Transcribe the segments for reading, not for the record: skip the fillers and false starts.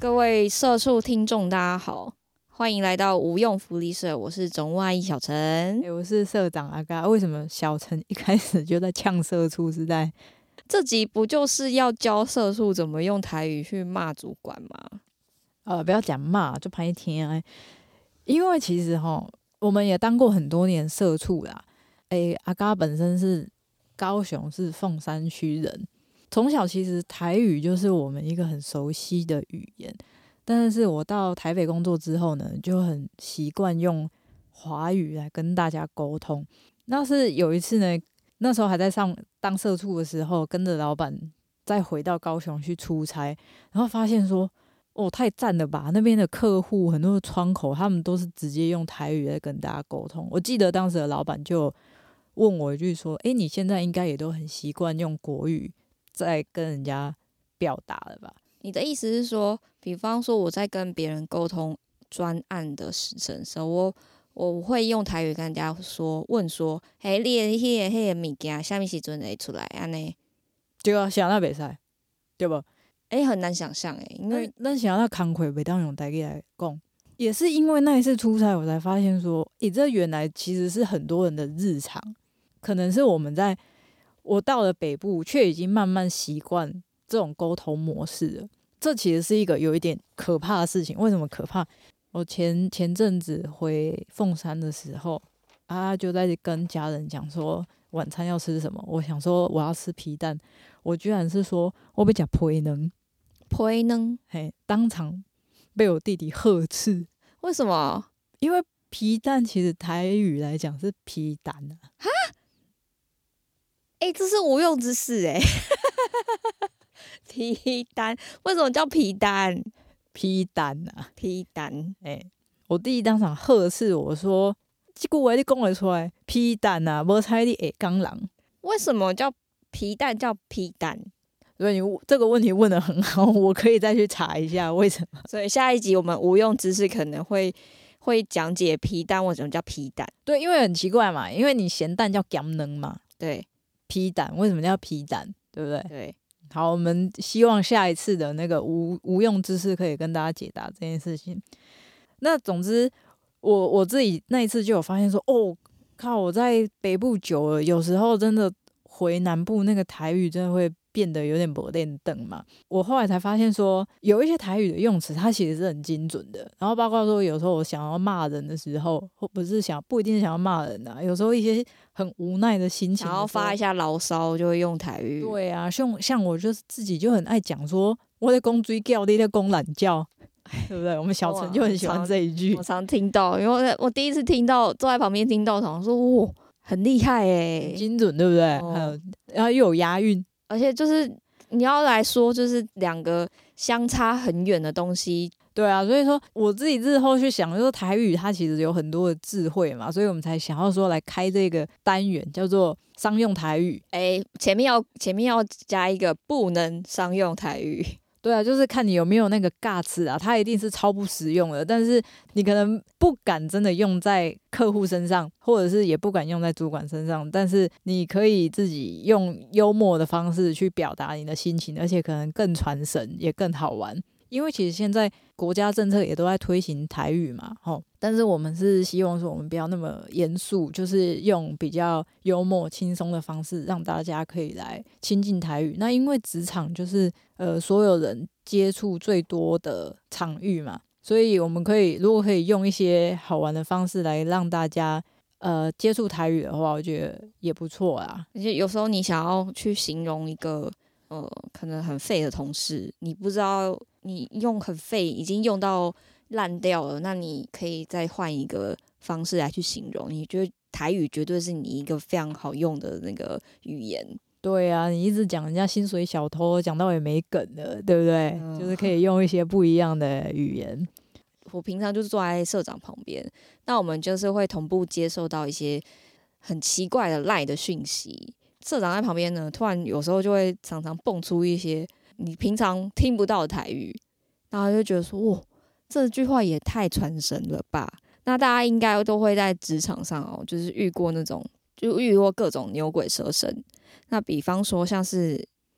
各位社畜听众，大家好，欢迎来到无用福利社，我是总务阿姨小陈。 我是社长阿嘎。为什么小陈一开始就在呛社畜时代？ 这集不就是要教社畜怎么用台语去骂主管吗？ 不要讲骂，就拍天啊。因为其实我们也当过很多年社畜啦。阿嘎本身是高雄市凤山区人，从小其实台语就是我们一个很熟悉的语言。但是我到台北工作之后呢，就很习惯用华语来跟大家沟通。那是有一次呢，那时候还在当社畜的时候，跟着老板再回到高雄去出差，然后发现说，太赞了吧！那边的客户很多的窗口，他们都是直接用台语在跟大家沟通。我记得当时的老板就问我一句说：“你现在应该也都很习惯用国语在跟人家表达了吧？” 你的意思是说，比方说我在跟别人沟通专案的时程的时候，我会用台语跟人家问说，你的迄个物件什么时阵会出来？安尼对啊，想那袂使，对不？ 很难想象因为咱想那工课袂当用台语来讲，也是因为那一次出差，我才发现说，这原来其实是很多人的日常，可能是我到了北部，却已经慢慢习惯这种沟通模式了。这其实是一个有一点可怕的事情。为什么可怕？我前阵子回凤山的时候，就在跟家人讲说晚餐要吃什么。我想说我要吃皮蛋，我居然是说我要吃皮蛋， 皮蛋， 当场被我弟弟呵斥。 为什么？ 因为皮蛋其实台语来讲是皮蛋啊。 哈，这是无用之事皮蛋为什么叫皮蛋？ 皮蛋啊， 皮蛋。 我弟弟当场呵斥我说：“这句话你讲得出来？皮蛋啊，无猜你下江人。” 为什么叫皮蛋叫皮蛋？ 所以你这个问题问得很好，我可以再去查一下为什么。 所以下一集我们无用知识可能会讲解皮蛋为什么叫皮蛋。 对，因为很奇怪嘛，因为你咸蛋叫咸蛋嘛， 对， 皮蛋为什么叫皮蛋？对不对？ 对。 好，我们希望下一次的那个无用知识可以跟大家解答这件事情。那总之，我自己那一次就有发现说，靠！我在北部久了，有时候真的回南部那个台语真的会变得有点不练凳嘛。我后来才发现说，有一些台语的用词，它其实是很精准的。然后包括说，有时候我想要骂人的时候，或不一定是想要骂人啊，有时候一些很无奈的心情， 想要发一下牢骚，就会用台语。 对啊，像我就是自己就很爱讲说，我在讲水饺，你在讲懒觉。对不对？我们小陈就很喜欢这一句， 我常听到，因为我第一次听到，坐在旁边听到，好像说很厉害很精准，对不对？然后又有押韵， 而且就是你要来说，就是两个相差很远的东西。 对啊，所以说我自己日后去想，就是台语它其实有很多的智慧嘛，所以我们才想要说来开这个单元，叫做商用台语。 前面要加一个不能商用台语。 对啊，就是看你有没有那个尬词啊，它一定是超不实用的，但是你可能不敢真的用在客户身上，或者是也不敢用在主管身上，但是你可以自己用幽默的方式去表达你的心情，而且可能更传神，也更好玩。因为其实现在国家政策也都在推行台语嘛，但是我们是希望说我们不要那么严肃，就是用比较幽默轻松的方式让大家可以来亲近台语。那因为职场就是所有人接触最多的场域嘛，所以我们如果可以用一些好玩的方式来让大家接触台语的话，我觉得也不错啦。 而且有时候你想要去形容一个可能很废的同事，你不知道你用很废已经用到烂掉了，那你可以再换一个方式来去形容。你觉得台语绝对是你一个非常好用的那个语言。 对啊，你一直讲人家薪水小偷，讲到也没梗了，对不对？就是可以用一些不一样的语言。 我平常就是坐在社长旁边，那我们就是会同步接受到一些很奇怪的赖的讯息。社长在旁边呢，突然有时候就会常常蹦出一些你平常听不到的台语，然后就觉得说，这句话也太传神了吧。那大家应该都会在职场上就是遇过各种牛鬼蛇神。那比方说像是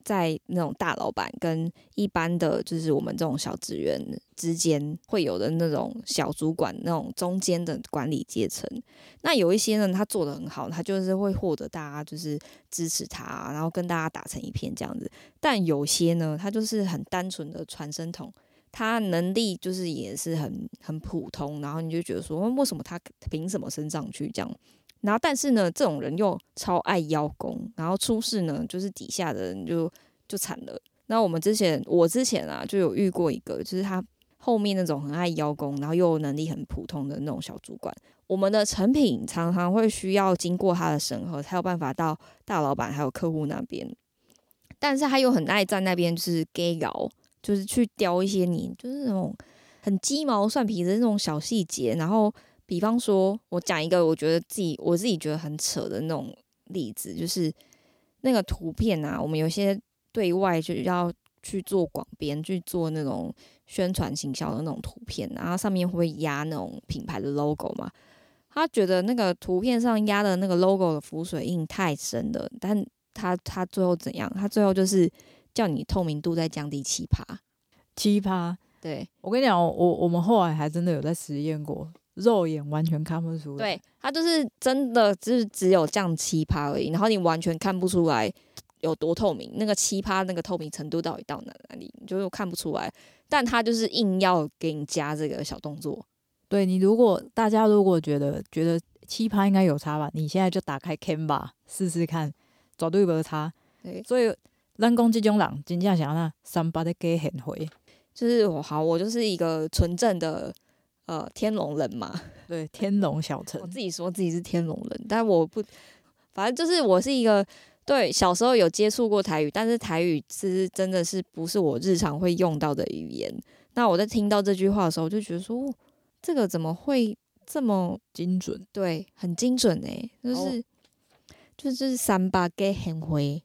在那种大老板跟一般的就是我们这种小职员之间会有的那种小主管那种中间的管理阶层。那有一些呢，他做得很好，他就是会获得大家就是支持他，然后跟大家打成一片这样子。但有些呢，他就是很单纯的传声筒，他能力就是也是很普通，然后你就觉得说，为什么他凭什么升上去这样？然后但是呢，这种人又超爱邀功，然后出事呢，就是底下的人就惨了。那我之前啊，就有遇过一个，就是他后面那种很爱邀功，然后又能力很普通的那种小主管，我们的成品常常会需要经过他的审核，才有办法到大老板还有客户那边。但是他又很爱在那边就是给搞，就是去雕一些你就是那种很鸡毛蒜皮的那种小细节。然后比方说我讲一个我自己觉得很扯的那种例子，就是那个图片啊，我们有些对外就要去做广编，去做那种宣传行销的那种图片，然后上面会压那种品牌的 logo 嘛。他觉得那个图片上压的那个 logo 的浮水印太深了，但他最后怎样？他最后就是叫你透明度再降低7%。对， 我跟你讲，我们后来还真的有在实验过，肉眼完全看不出来。 对，他就是真的就是只有降7%而已，然后你完全看不出来有多透明，那个7%那个透明程度到底到哪里，你就看不出来。但他就是硬要给你加这个小动作。 对，大家如果觉得7%应该有差吧，你现在就打开 Canva 试试看，绝对没差。 对， 所以咱讲这种人真正想要300的给很回， 就是我就是一个纯正的天龙人嘛。 对，天龙小城。 我自己说自己是天龙人，但我不，反正就是我是一个对小时候有接触过台语，但是台语是真的是不是我日常会用到的语言。那我在听到这句话的时候，我就觉得说，这个怎么会这么精准？ 对，很精准欸，就是300给很回。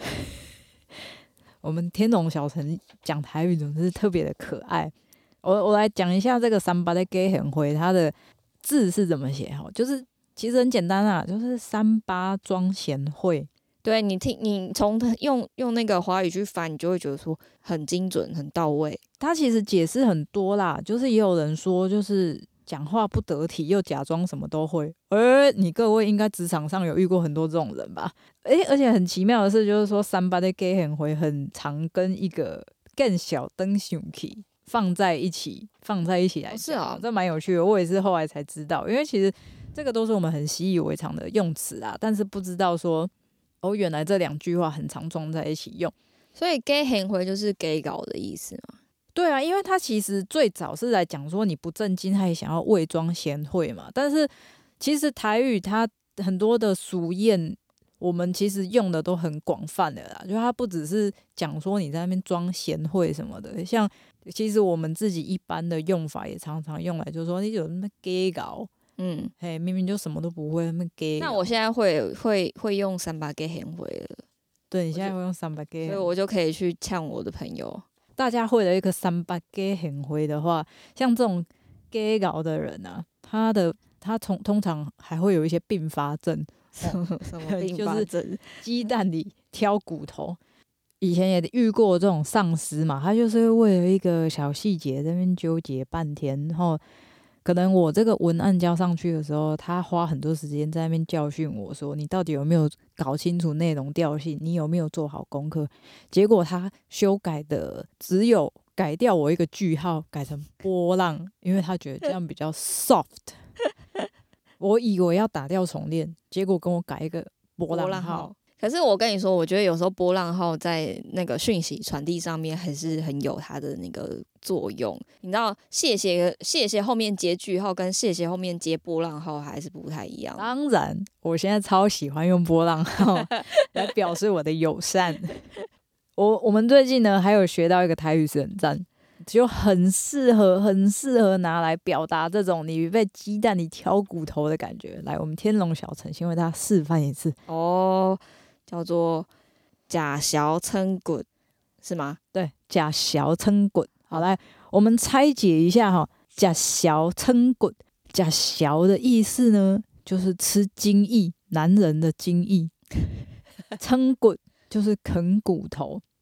我们天龙小城讲台语总是特别的可爱。我来讲一下这个300的给很回，它的字是怎么写哈？就是其实很简单啊，就是38装贤惠。 对，你从用那个华语去翻，你就会觉得说很精准、很到位。 他其实解释很多啦，就是也有人说，就是讲话不得体，又假装什么都会。你各位应该职场上有遇过很多这种人吧？而且很奇妙的是，就是说300的给很回很常跟一个更小灯熊起放在一起来讲， 是啊， 这蛮有趣的。我也是后来才知道，因为其实这个都是我们很习以为常的用词啦，但是不知道说原来这两句话很常装在一起用。 所以 gay 很回就是 gay 搞的意思嘛。 对啊，因为他其实最早是来讲说你不正经，他也想要伪装贤惠嘛。但是其实台语它很多的俗谚，我们其实用的都很广泛的啦，就它不只是讲说你在那边装贤惠什么的，像其实我们自己一般的用法也常常用来，就是说你有那么 gay 搞，嘿，明明就什么都不会，那么 gay。 那我现在会用300 gay 很回了。 对，你现在会用300 gay， 所以我就可以去呛我的朋友。 大家会了一个300 gay 很回的话，像这种 gay 搞的人啊，他通常还会有一些并发症。 什么并发症？ 就是鸡蛋里挑骨头。以前也遇过这种上司嘛，他就是为了一个小细节在那边纠结半天，然后可能我这个文案交上去的时候，他花很多时间在那边教训我说，你到底有没有搞清楚内容调性，你有没有做好功课？结果他修改的只有改掉我一个句号，改成波浪，因为他觉得这样比较 soft。我以为要打掉重练，结果跟我改一个波浪号。 可是我跟你说，我觉得有时候波浪号在那个讯息传递上面还是很有它的那个作用。你知道，谢谢后面接句号跟谢谢后面接波浪号还是不太一样。 当然，我现在超喜欢用波浪号来表示我的友善。我们最近呢还有学到一个台语是很赞，就很适合拿来表达这种你被鸡蛋里挑骨头的感觉。来，我们天龙小城先为大家示范一次哦，叫做假小称滚是吗？ 对，假小称滚。好，来我们拆解一下哈，假小称滚，假小的意思呢就是吃精液，男人的精液，称滚就是啃骨头。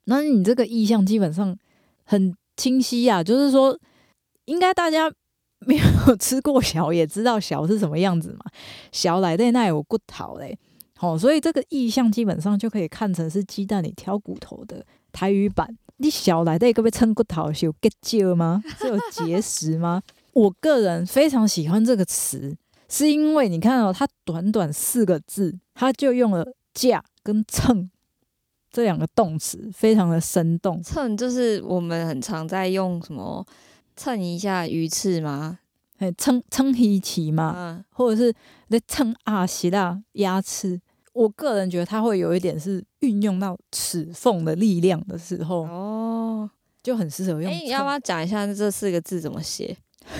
那你这个意象基本上很清晰啊，就是说，应该大家没有吃过小也知道小是什么样子嘛，小内底那有骨头嘞，所以这个意象基本上就可以看成是鸡蛋里挑骨头的台语版。你小内底可被称骨头是有结石吗？是有结石吗？我个人非常喜欢这个词，是因为你看它短短4个字，它就用了架跟称这2个动词，非常的生动。 称就是我们很常在用什么称一下鱼翅吗？ 称鱼鳍嘛，或者是在称石啦鸭翅。我个人觉得它会有一点是运用到齿缝的力量的时候，就很适合用。 你要不要讲一下这4个字怎么写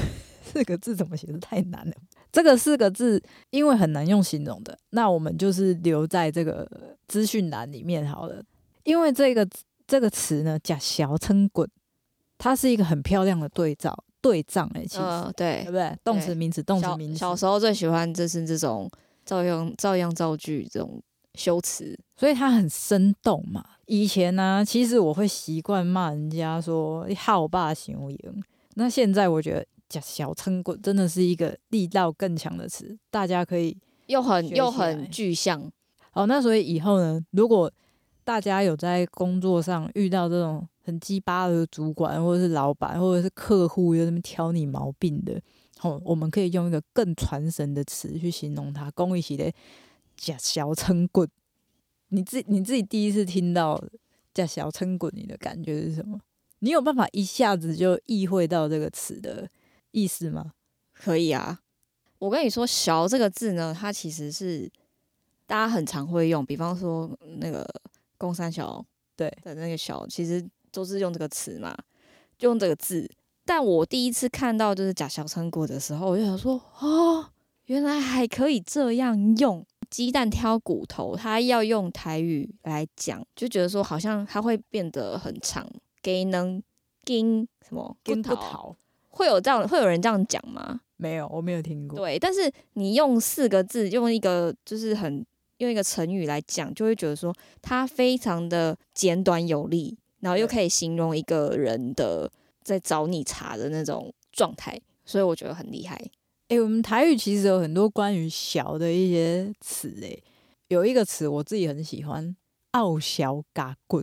？4个字怎么写是太难了。这个4个字因为很难用形容的，那我们就是留在这个资讯栏里面好了。因为这个词呢，假小称滚，它是一个很漂亮的对仗其实， 对不对？动词名词动词名词。 小时候最喜欢就是这种照样造句这种修辞， 所以它很生动嘛。以前呢，其实我会习惯骂人家说你好霸行赢，那现在我觉得假小称滚真的是一个力道更强的词，大家可以又很具象。 好，那所以以后呢，如果大家有在工作上遇到这种很鸡巴的主管，或者是老板，或者是客户有在那边挑你毛病的，我们可以用一个更传神的词去形容他，讲伊是咧假小称棍。你自己第一次听到假小称棍，你的感觉是什么？你有办法一下子就意会到这个词的意思吗？ 可以啊，我跟你说，小这个字呢，它其实是大家很常会用，比方说那个公三小对的那个小，其实都是用这个词嘛，就用这个字。但我第一次看到就是假小称棍的时候，我就想说，原来还可以这样用。鸡蛋挑骨头，它要用台语来讲，就觉得说好像它会变得很长，给能筋什么骨头， 会有人这样讲吗？ 没有，我没有听过。 对，但是你用4个字，用一个成语来讲，就会觉得说它非常的简短有力，然后又可以形容一个人的在找你茬的那种状态，所以我觉得很厉害。 我们台语其实有很多关于小的一些词，有一个词我自己很喜欢，傲小嘎棍，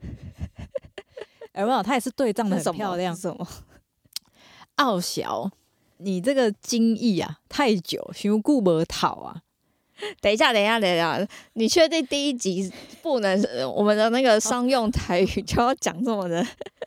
有没有？它也是对仗的很漂亮。 什么？ 傲小，你这个精益啊，太久，伤久没讨啊。 等一下，你确定第一集不能我们的那个商用台语就要讲这么的？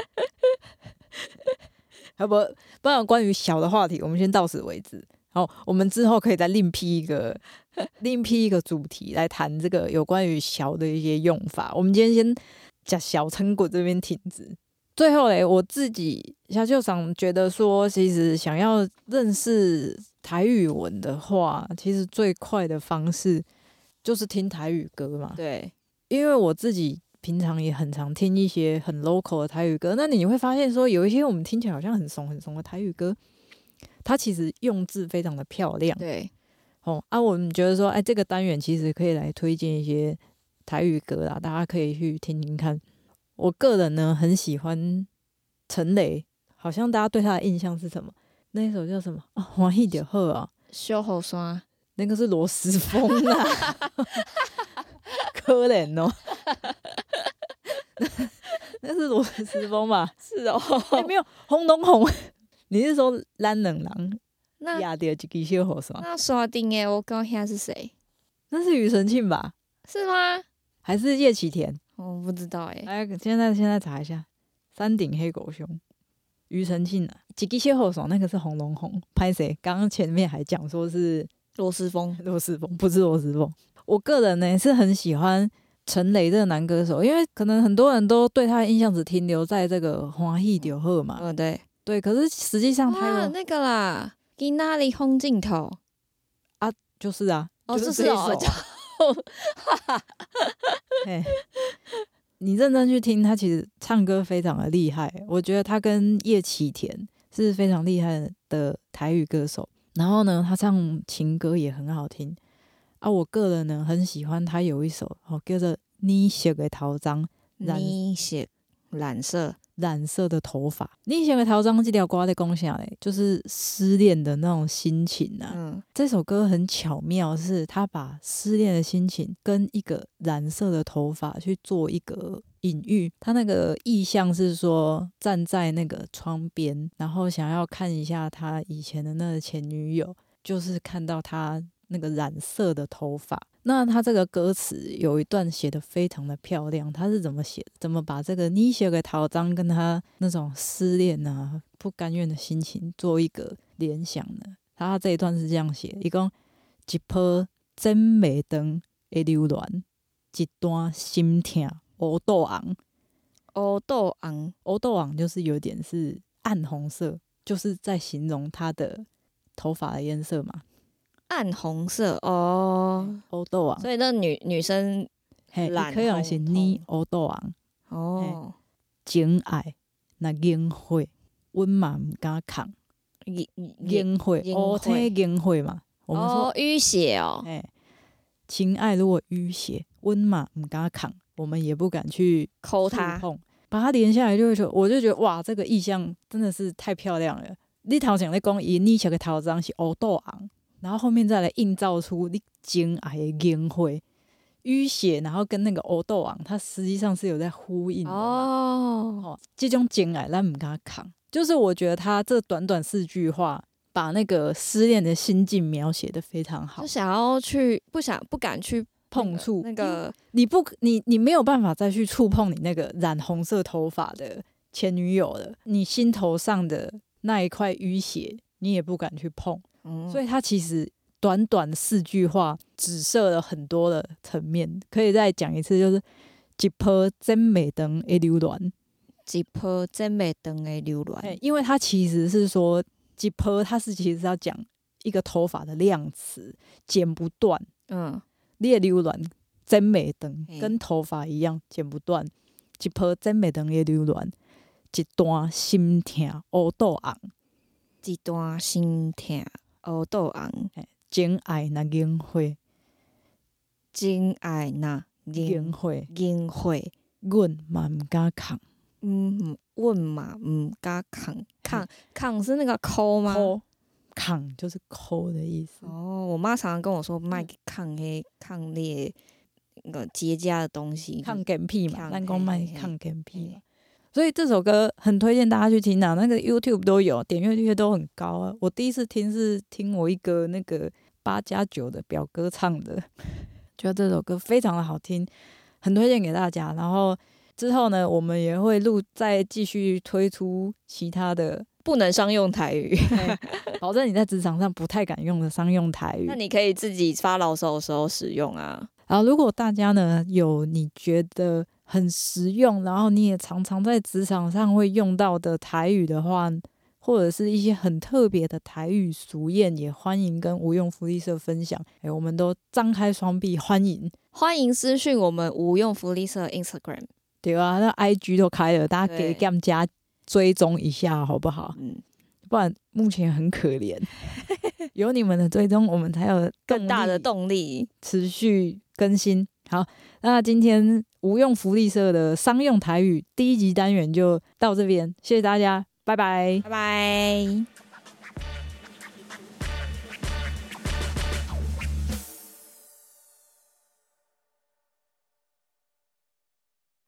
不然关于小的话题，我们先到此为止。好，我们之后可以再另辟一个主题来谈这个有关于小的一些用法。我们今天先讲小成果这边停止。最后嘞，我自己小舅长觉得说，其实想要认识台语文的话，其实最快的方式就是听台语歌嘛。 对， 因为我自己平常也很常听一些很 local 的台语歌，那你会发现说，有一些我们听起来好像很怂的台语歌，它其实用字非常的漂亮。 对， 我们觉得说，这个单元其实可以来推荐一些台语歌啦，大家可以去听听看。我个人呢很喜欢陈雷，好像大家对他的印象是什么？那一首叫什么啊？欢喜就好啊， 小雨伞， 那个是罗斯峰啊，可怜哦。那是罗斯峰吧？ 是哦， 没有轰隆轰。你是说咱两人压掉一支小雨伞？ 那刷顶的我刚现在是谁？ 那是庾澄庆吧？ 是吗？ 还是叶启田？ 我不知道现在查一下，山顶黑狗熊，庾澄庆啊，一支小雨伞那个是轰隆轰。拍谁？刚刚前面还讲说是罗斯峰， 不是罗斯峰。我个人呢是很喜欢陈雷这个男歌手，因为可能很多人都对他的印象只停留在这个欢喜就好嘛。对，可是实际上他那个啦，在哪里风镜头啊，就是啊， 就是哦。你认真去听，他其实唱歌非常的厉害，我觉得他跟叶启田是非常厉害的台语歌手。然后呢，他唱情歌也很好听啊。我个人呢很喜欢他有一首叫做《你熟的头鬃你色染色染色的头发。你写的头章这条歌在讲啥嘞？就是失恋的那种心情啊。这首歌很巧妙，是他把失恋的心情跟一个染色的头发去做一个隐喻。他那个意象是说站在那个窗边，然后想要看一下他以前的那个前女友，就是看到他那个染色的头发。那他这个歌词有一段写得非常的漂亮，他是怎么写的？怎么把这个你写的头章跟他那种失恋啊、不甘愿的心情做一个联想呢？他这一段是这样写：他说一波真袂长的流恋，一段心痛乌豆红。 乌豆红， 乌豆红就是有点是暗红色，就是在形容他的头发的颜色嘛。 暗红色哦， 乌豆红， 所以那女生染可能是你乌豆红哦。 情爱若萤火，阮嘛毋敢扛。萤火，乌青萤火嘛。我们说淤血哦。 情爱如果淤血，阮嘛毋敢扛，我们也不敢去抠它碰。把它连下来，就会觉得，我就觉得哇，这个意象真的是太漂亮了。你头前在讲伊你写的头章是乌豆红。然后后面再来映照出你情爱的萤火淤血，然后跟那个乌豆红，它实际上是有在呼应的哦。这种情爱咱不敢扛，就是我觉得他这短短4句话，把那个失恋的心境描写的非常好。 就想要去不敢去碰触那个， 你没有办法再去触碰你那个染红色头发的前女友了，你心头上的那一块淤血，你也不敢去碰。所以他其实短短4句话指涉了很多的层面，可以再讲一次，就是一波真袂长的流恋， 一波真袂长的流恋。 因为他其实是说一波，他是其实是要讲一个头发的量词，剪不断。你的流恋真袂长，跟头发一样剪不断。一波真袂长的流恋，一段心痛乌豆红， 一段心痛乌豆红。 情爱若萤火， 情爱若萤火，阮嘛毋敢扛。 阮嘛毋敢扛。扛是那个抠吗？ 扛就是抠的意思。 我妈常常跟我说，卖扛那个结痂的东西， 抗干屁嘛，咱讲卖抗干屁嘛。所以这首歌很推荐大家去听啊，那个 YouTube 都有，点阅率都很高啊。我第一次听是听我一个那个8+9的表哥唱的，觉得这首歌非常的好听，很推荐给大家。然后之后呢，我们也会再继续推出其他的不能商用台语， 保证你在职场上不太敢用的商用台语。 那你可以自己发牢骚的时候使用啊。 然后如果大家呢有你觉得很实用，然后你也常常在职场上会用到的台语的话，或者是一些很特别的台语俗谚，也欢迎跟无用福利社分享。我们都张开双臂欢迎私讯我们无用福利社 Instagram。 对啊，那 IG 都开了，大家给他们加追踪一下好不好？不然目前很可怜。有你们的追踪，我们才有更大的动力持续更新。好，那今天无用福利社的商用台语第1集单元就到这边，谢谢大家，拜拜， 拜拜。